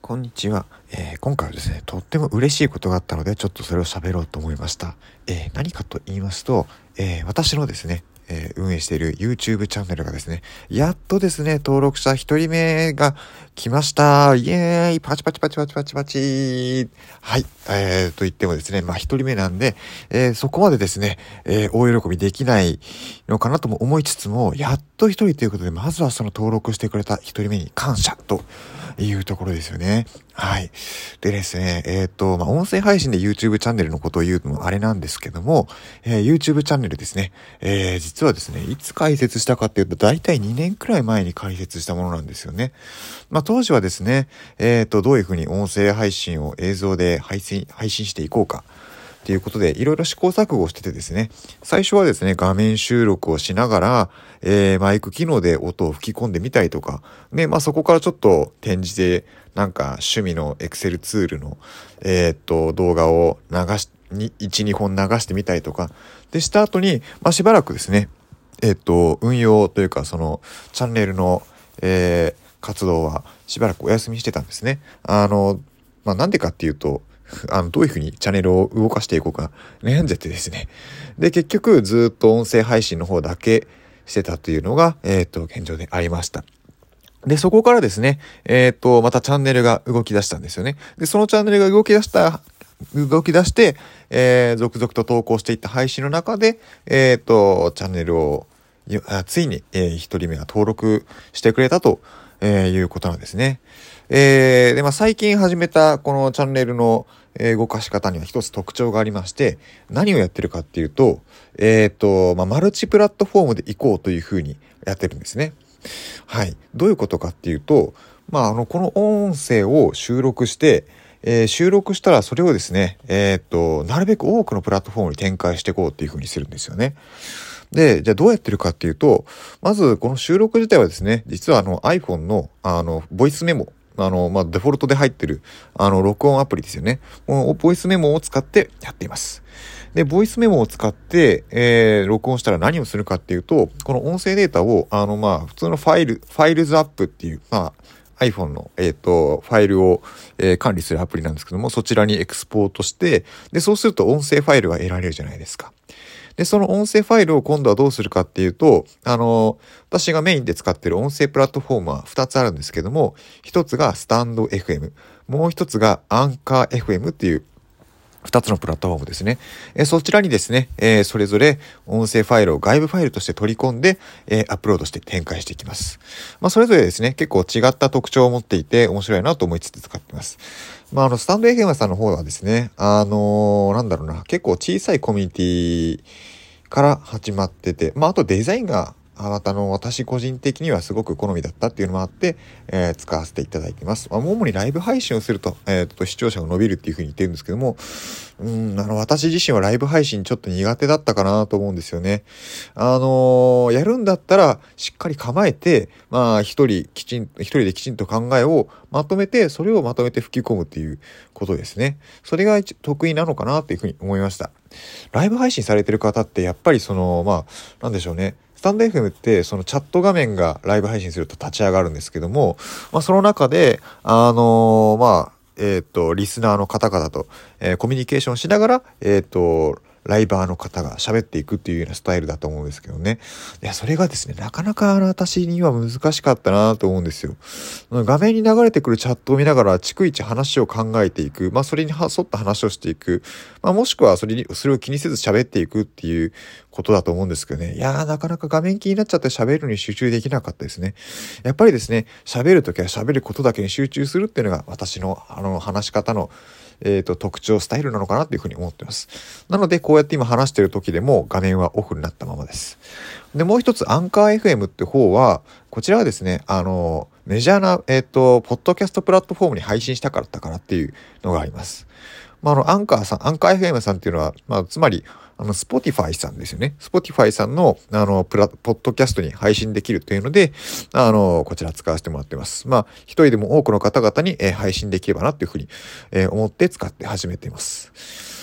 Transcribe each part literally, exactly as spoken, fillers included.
こんにちは、えー今回はですねとっても嬉しいことがあったのでちょっとそれを喋ろうと思いました。えー何かと言いますと、えー私のですね、えー運営している YouTube チャンネルがですねやっとですね登録者一人目が来ました。イエーイ、パチパチパチパチパチパチ。はい、えー、と言ってもですねまあ一人目なんで、えーそこまでですね、えー大喜びできないのかなとも思いつつも、やっと一人ということで、まずはその登録してくれた一人目に感謝というところですよね。はい。でですね、えっと、まあ、音声配信で YouTube チャンネルのことを言うのもあれなんですけども、えー YouTube チャンネルですね。えー実はですね、いつ開設したかっていうと、だいたいにねんくらい前に開設したものなんですよね。まあ、当時はですね、えっと、どういうふうに音声配信を映像で配信、配信していこうか。っていうことでいろいろ試行錯誤しててですね、最初はですね画面収録をしながら、えーマイク機能で音を吹き込んでみたりとかね、まあそこからちょっと転じてなんか趣味のエクセルツールのえーっと動画を流しにいち、にほん流してみたりとかでした後に、まあしばらくですねえーっと運用というかそのチャンネルの、えー活動はしばらくお休みしてたんですね。あのまあなんでかっていうと、あの、どういうふうにチャンネルを動かしていこうか悩んじゃってですね。で、結局ずっと音声配信の方だけしてたというのが、えっと、現状でありました。で、そこからですね、えっと、またチャンネルが動き出したんですよね。で、そのチャンネルが動き出した、動き出して、えー、続々と投稿していった配信の中で、えっと、チャンネルを、よあついに、えー、一人目が登録してくれたと、えーいうことなんですね。えーで、まあ、最近始めたこのチャンネルの、えー動かし方には一つ特徴がありまして、何をやってるかっていうと、えっと、まあ、マルチプラットフォームで行こうというふうにやってるんですね。はい。どういうことかっていうと、まあ、あの、この音声を収録して、えー収録したらそれをですね、えっと、なるべく多くのプラットフォームに展開していこうっていうふうにするんですよね。で、じゃあどうやってるかっていうと、まずこの収録自体はですね、実はあの iPhone のあの、ボイスメモ、あの、まあ、デフォルトで入ってる、あの、録音アプリですよね。このボイスメモを使ってやっています。で、ボイスメモを使って、えー、録音したら何をするかっていうと、この音声データを、あの、まあ、普通のファイル、ファイルズアップっていう、まあ、iPhone の、えっと、ファイルを、えー管理するアプリなんですけども、そちらにエクスポートして、で、そうすると音声ファイルが得られるじゃないですか。で、その音声ファイルを今度はどうするかっていうと、あの、私がメインで使っている音声プラットフォームはふたつあるんですけども、ひとつがスタンド エフエム、もうひとつがアンカー エフエム っていうふたつのプラットフォームですね。えーそちらにですね、えーそれぞれ音声ファイルを外部ファイルとして取り込んで、えーアップロードして展開していきます。まあ、それぞれですね、結構違った特徴を持っていて面白いなと思いつつ使っています。まあ、あの、スタンド エフエム さんの方はですね、あのーなんだろうな、結構小さいコミュニティから始まってて、まあ、あとデザインが、あまたあの、私個人的にはすごく好みだったっていうのもあって、えー使わせていただいています。まあ、主にライブ配信をすると、えーと、視聴者が伸びるっていうふうに言ってるんですけども、うん、あの、私自身はライブ配信ちょっと苦手だったかなと思うんですよね。あのーやるんだったら、しっかり構えて、まあ、一人きちん、一人できちんと考えをまとめて、それをまとめて吹き込むっていうことですね。それが一得意なのかなっていうふうに思いました。ライブ配信されてる方ってやっぱりそのまあなんでしょうね、スタンド エフエム ってそのチャット画面がライブ配信すると立ち上がるんですけども、まあ、その中であのーまあえっとリスナーの方々と、えーコミュニケーションしながらえっとライバーの方が喋っていくっていうようなスタイルだと思うんですけどね。いや、それがですね、なかなか私には難しかったなと思うんですよ。画面に流れてくるチャットを見ながら、逐一話を考えていく。まあ、それに沿った話をしていく。まあ、もしくはそれに、それを気にせず喋っていくっていうことだと思うんですけどね。いやー、なかなか画面気になっちゃって喋るのに集中できなかったですね。やっぱりですね、喋るときは喋ることだけに集中するっていうのが私の、あの、話し方の、えっと、特徴、スタイルなのかなっていうふうに思ってます。なので、こうやって今話してる時でも画面はオフになったままです。で、もう一つ、アンカー エフエム って方は、こちらはですね、あの、メジャーな、えっと、ポッドキャストプラットフォームに配信したからだからっていうのがあります。まあ、あの、アンカーさん、アンカー エフエム さんっていうのは、まあ、つまり、あの、Spotify さんですよね。Spotify さんの、あの、プラ、ポッドキャストに配信できるというので、あの、こちら使わせてもらってます。まあ、一人でも多くの方々に、えー配信できればなっていうふうに、えー思って使って始めています。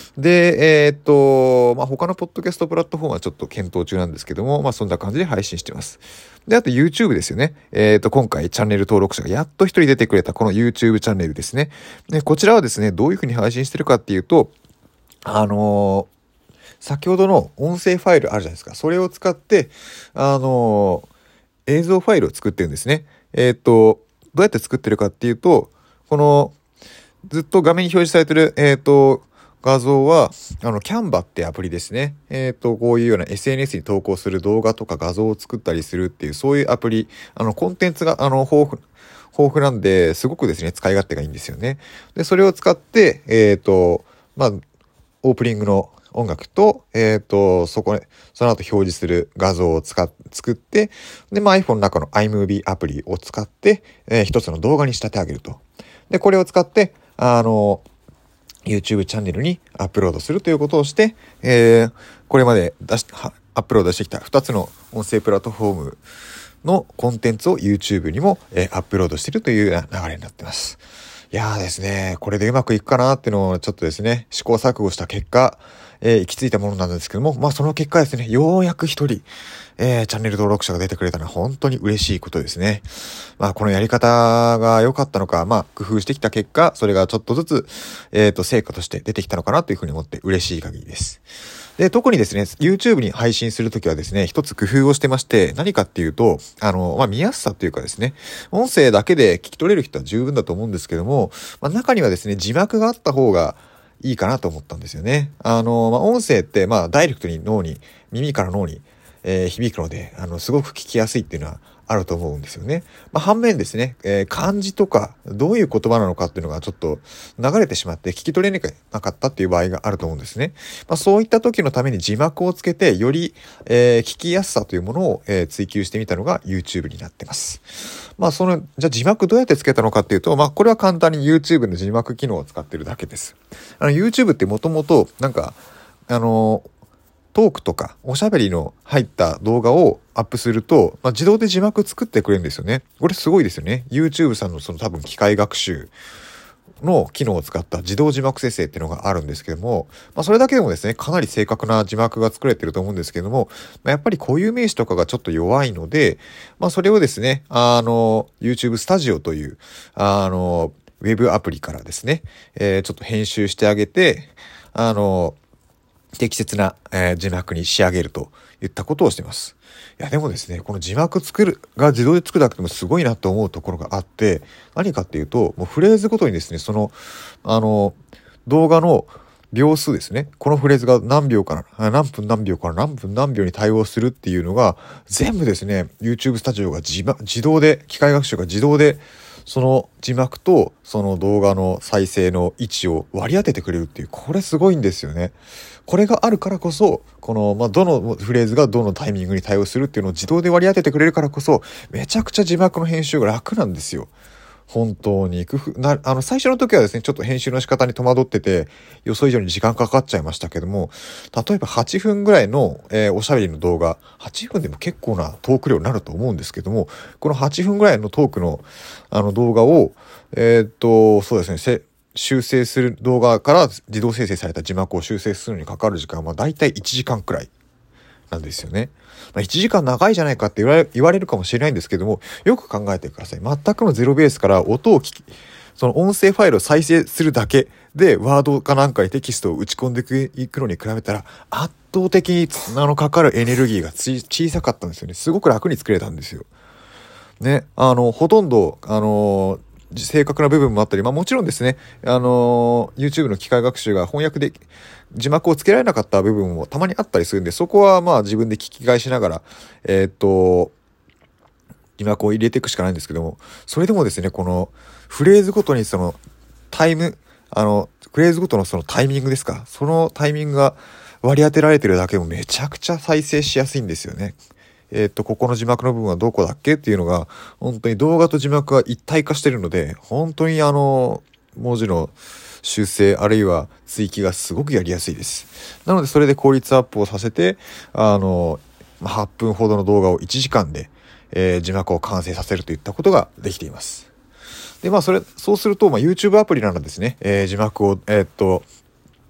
で、えーっと、まあ、他のポッドキャストプラットフォームはちょっと検討中なんですけども、まあ、そんな感じで配信してます。で、あと YouTube ですよね。えーっと、今回チャンネル登録者がやっと一人出てくれたこの YouTube チャンネルですね。で、こちらはですね、どういうふうに配信してるかっていうと、あのー先ほどの音声ファイルあるじゃないですか。それを使って、あのー映像ファイルを作ってるんですね。えーっと、どうやって作ってるかっていうと、この、ずっと画面に表示されてる、えーっと、画像は、あの、キャンバってアプリですね。えっと、こういうような エスエヌエス に投稿する動画とか画像を作ったりするっていう、そういうアプリ、あの、コンテンツが、あの、豊富、豊富なんで、すごくですね、使い勝手がいいんですよね。で、それを使って、えっと、まあ、オープニングの音楽と、えっと、そこで、その後表示する画像を使っ、作って、で、まあ、iPhone の中の iMovie アプリを使って、えー一つの動画に仕立て上げると。で、これを使って、あの、YouTube チャンネルにアップロードするということをして、えー、これまで出し、はアップロードしてきたふたつの音声プラットフォームのコンテンツを YouTube にも、えーアップロードしているというような流れになっています。いやーですね、これでうまくいくかなっていうのをちょっとですね、試行錯誤した結果、えー行き着いたものなんですけども、まあその結果ですね、ようやく一人、えーチャンネル登録者が出てくれたのは本当に嬉しいことですね。まあこのやり方が良かったのか、まあ工夫してきた結果、それがちょっとずつ、えっと、成果として出てきたのかなというふうに思って嬉しい限りです。で、特にですね、YouTube に配信するときはですね、一つ工夫をしてまして、何かっていうと、あの、まあ、見やすさというかですね、音声だけで聞き取れる人は十分だと思うんですけども、まあ、中にはですね、字幕があった方がいいかなと思ったんですよね。あの、まあ、音声って、まあ、ダイレクトに脳に、耳から脳に、えー響くので、あの、すごく聞きやすいっていうのはあると思うんですよね。まあ、反面ですね、えー漢字とか、どういう言葉なのかっていうのがちょっと流れてしまって聞き取れなかったっていう場合があると思うんですね。まあ、そういった時のために字幕をつけて、より、えー聞きやすさというものを、えー追求してみたのが YouTube になってます。まあ、その、じゃあ字幕どうやってつけたのかっていうと、まあ、これは簡単に YouTube の字幕機能を使ってるだけです。あの、YouTube ってもともと、なんか、あのートークとかおしゃべりの入った動画をアップすると、まあ、自動で字幕作ってくれるんですよね。これすごいですよね。YouTube さんのその多分機械学習の機能を使った自動字幕生成っていうのがあるんですけども、まあ、それだけでもですね、かなり正確な字幕が作れてると思うんですけども、まあ、やっぱり固有名詞とかがちょっと弱いので、まあ、それをですね、あの、YouTube スタジオという、あの、ウェブアプリからですね、えーちょっと編集してあげて、あの、適切な、えー字幕に仕上げるといったことをしています。いやでもですね、この字幕作るが自動で作るだけでもすごいなと思うところがあって、何かっていうと、もうフレーズごとにですね、その、あの、動画の秒数ですね。このフレーズが何秒から、何分何秒から何分何秒に対応するっていうのが、全部ですね、YouTube スタジオが自自動で、機械学習が自動で、その字幕とその動画の再生の位置を割り当ててくれるっていう、これすごいんですよね。これがあるからこそ、この、まあ、どのフレーズがどのタイミングに対応するっていうのを自動で割り当ててくれるからこそ、めちゃくちゃ字幕の編集が楽なんですよ。本当に工夫な、あの、最初の時はですね、ちょっと編集の仕方に戸惑ってて、予想以上に時間かかっちゃいましたけども、例えばはちふんぐらいの、えーおしゃべりの動画、はちふんでも結構なトーク量になると思うんですけども、このはちふんぐらいのトークの、あの動画を、えーっと、そうですね、せ修正する動画から自動生成された字幕を修正するのにかかる時間はだいたいいちじかんくらいなんですよね。まあ、いちじかん長いじゃないかって言われ、言われるかもしれないんですけども、よく考えてください。全くのゼロベースから音を聞き、その音声ファイルを再生するだけで、ワードかなんかにテキストを打ち込んでいくのに比べたら、圧倒的にあのかかるエネルギーがつ小さかったんですよね。すごく楽に作れたんですよ。ね、あの、ほとんど、あの、正確な部分もあったり、まあもちろんですね、あの、YouTube の機械学習が翻訳で字幕をつけられなかった部分もたまにあったりするんで、そこはまあ自分で聞き返しながら、えーっと、字幕を入れていくしかないんですけども、それでもですね、このフレーズごとにそのタイム、あの、フレーズごとのそのタイミングですか、そのタイミングが割り当てられてるだけでもめちゃくちゃ再生しやすいんですよね。えっと、ここの字幕の部分はどこだっけっていうのが、本当に動画と字幕が一体化してるので、本当にあの、文字の修正あるいは追記がすごくやりやすいです。なので、それで効率アップをさせて、あの、はっぷんほどの動画をいちじかんで、えー字幕を完成させるといったことができています。で、まあ、それ、そうすると、まあ、YouTube アプリならですね、えー字幕を、えーっと、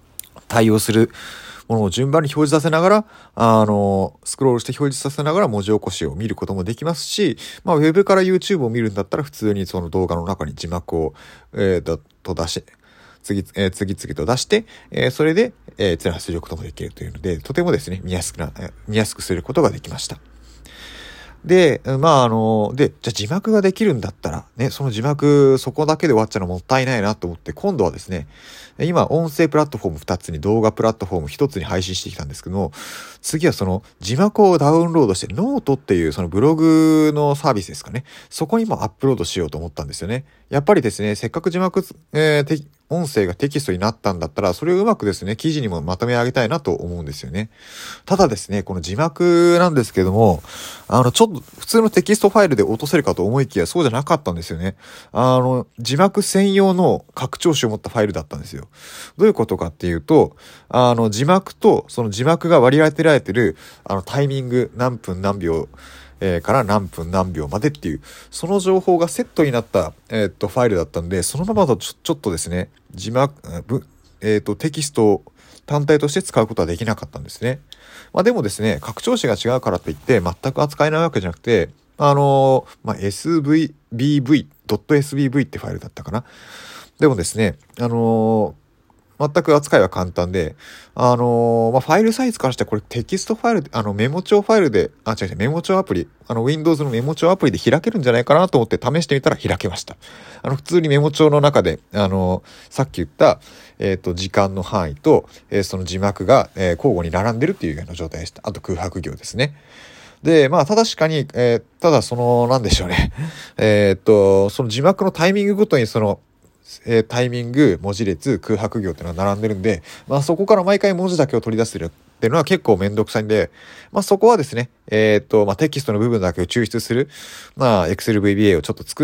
対応するものを順番に表示させながら、あの、スクロールして表示させながら文字起こしを見ることもできますし、まあ、ウェブから YouTube を見るんだったら普通にその動画の中に字幕を、えー、と、と出し、次、えー、次々と出して、えー、それで、えー、閲覧することもできるというので、とてもですね、見やすくな、見やすくすることができました。で、まああの、で、じゃあ字幕ができるんだったら、ね、その字幕そこだけで終わっちゃうのもったいないなと思って、今度はですね、今音声プラットフォームふたつに動画プラットフォームひとつに配信してきたんですけども、次はその字幕をダウンロードしてノートっていうそのブログのサービスですかね、そこにもアップロードしようと思ったんですよね。やっぱりですね、せっかく字幕、えー、音声がテキストになったんだったら、それをうまくですね、記事にもまとめ上げたいなと思うんですよね。ただですね、この字幕なんですけども、あの、ちょっと普通のテキストファイルで落とせるかと思いきや、そうじゃなかったんですよね。あの、字幕専用の拡張子を持ったファイルだったんですよ。どういうことかっていうと、あの、字幕と、その字幕が割り当てられてる、あの、タイミング、何分何秒、えー、から何分何秒までっていう、その情報がセットになった、えー、っと、ファイルだったんで、そのままだとちょ、ちょっとですね、字幕、えー、っと、テキストを単体として使うことはできなかったんですね。まあでもですね、拡張子が違うからといって全く扱えないわけじゃなくて、あのー、まあ、エスブイビーブイ、.svv ってファイルだったかな。でもですね、あのー、全く扱いは簡単で、あのー、まあ、ファイルサイズからしてこれテキストファイルで、あのメモ帳ファイルで、あ、違う違う、メモ帳アプリ、あの Windows のメモ帳アプリで開けるんじゃないかなと思って試してみたら開けました。あの普通にメモ帳の中で、あのー、さっき言った、えっと、時間の範囲と、えー、その字幕が、えー、交互に並んでるっていうような状態でした。あと空白行ですね。で、まあ、確かに、えー、ただその、なんでしょうね。えっと、その字幕のタイミングごとにその、えー、タイミング、文字列、空白行っていうのが並んでるんで、まあそこから毎回文字だけを取り出してるっていうのは結構めんどくさいんで、まあそこはですね、えっと、まあテキストの部分だけを抽出する、まあ エクセルブイビーエー をちょっと作って、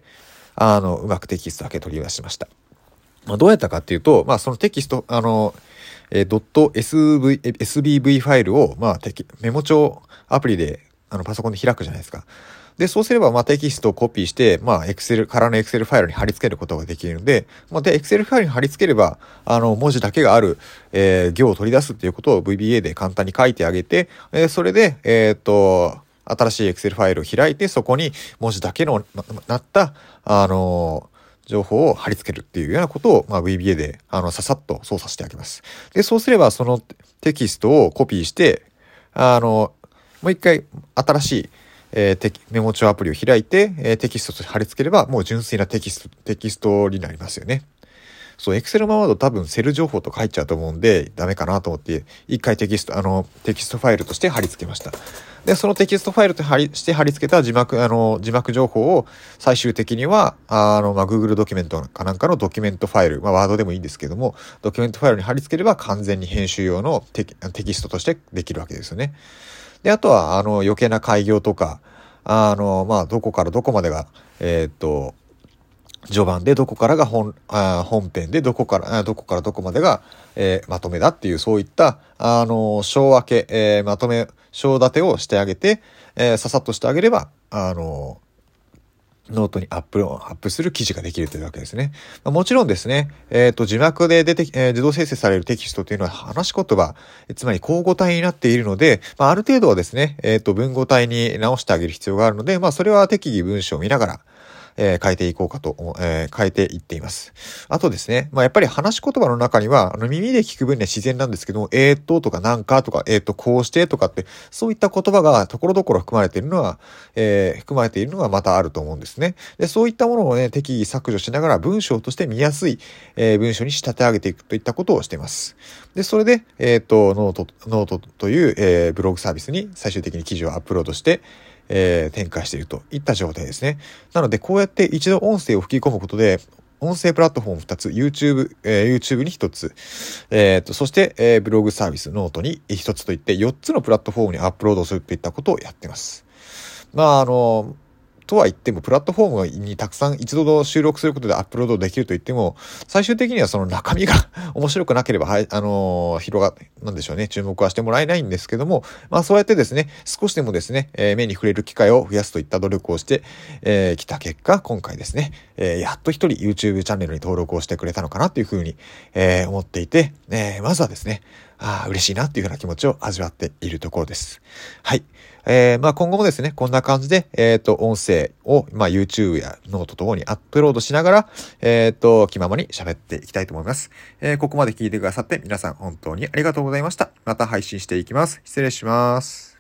あの、うまくテキストだけ取り出しました。まあどうやったかっていうと、まあそのテキスト、あの、えー、.svv、エスビーブイ ファイルを、まあテキ、メモ帳アプリで、あの、パソコンで開くじゃないですか。で、そうすれば、まあ、テキストをコピーして、まあ、Excel、空の Excel ファイルに貼り付けることができるので、まあ、で、Excel ファイルに貼り付ければ、あの、文字だけがある、えー、行を取り出すっていうことを ブイビーエー で簡単に書いてあげて、えー、それで、えー、っと、新しい Excel ファイルを開いて、そこに文字だけのなった、あのー、情報を貼り付けるっていうようなことを、まあ、ブイビーエー で、あの、ささっと操作してあげます。で、そうすれば、そのテキストをコピーして、あの、もう一回、新しい、えー、テメモ帳アプリを開いて、えー、テキストとして貼り付ければ、もう純粋なテキスト、テキストになりますよね。そう、Excel のままだと多分セル情報とか入っちゃうと思うんで、ダメかなと思って、一回テキスト、あの、テキストファイルとして貼り付けました。で、そのテキストファイルと貼りして貼り付けた字幕、あの、字幕情報を最終的には、あの、まあ、Google ドキュメントかなんかのドキュメントファイル、まあ、Word でもいいんですけども、ドキュメントファイルに貼り付ければ完全に編集用のテキ、テキストとしてできるわけですよね。で、あとは、あの、余計な改行とか、あの、まあ、どこからどこまでが、えー、っと、序盤でどこからが本、あ本編でどこから、どこからどこまでが、えー、まとめだっていう、そういった、あの、章分け、えー、まとめ、章立てをしてあげて、えー、ささっとしてあげれば、あの、ノートにアップアップする記事ができるというわけですね。まあ、もちろんですね、えっと、字幕で出て、えー、自動生成されるテキストというのは話し言葉、つまり口語体になっているので、まあ、ある程度はですね、えっと、文語体に直してあげる必要があるので、まあ、それは適宜文章を見ながら、えー、変えていこうかと、えー、変えていっています。あとですね、まあやっぱり話し言葉の中には、あの耳で聞く分には自然なんですけども、えーっととかなんかとか、えーっとこうしてとかって、そういった言葉がところどころ含まれているのは、えー、含まれているのがまたあると思うんですね。で、そういったものをね、適宜削除しながら文章として見やすい、えー、文章に仕立て上げていくといったことをしています。で、それで、えーっと、ノート、ノートという、えー、ブログサービスに最終的に記事をアップロードして、えー、展開しているといった状態ですね。なので、こうやって一度音声を吹き込むことで、音声プラットフォームふたつ、YouTube、えー、YouTube にひとつ、えー、と、そして、えー、ブログサービス、ノートにひとつといって、よっつのプラットフォームにアップロードするといったことをやっています。まあ、あの、 とは言っても、プラットフォームにたくさん一度収録することでアップロードできると言っても、最終的にはその中身が面白くなければ、はい、あのー、広が、なんでしょうね、注目はしてもらえないんですけども、まあそうやってですね、少しでもですね、えー、目に触れる機会を増やすといった努力をしてき、えー、た結果、今回ですね、えー、やっと一人 YouTube チャンネルに登録をしてくれたのかなというふうに、えー、思っていて、えー、まずはですね、ああ、嬉しいなっていうふうな気持ちを味わっているところです。はい。えー、まあ今後もですね、こんな感じで、えっと、音声を、まあ YouTube やノートともにアップロードしながら、えっと、気ままに喋っていきたいと思います。えー、ここまで聞いてくださって皆さん本当にありがとうございました。また配信していきます。失礼します。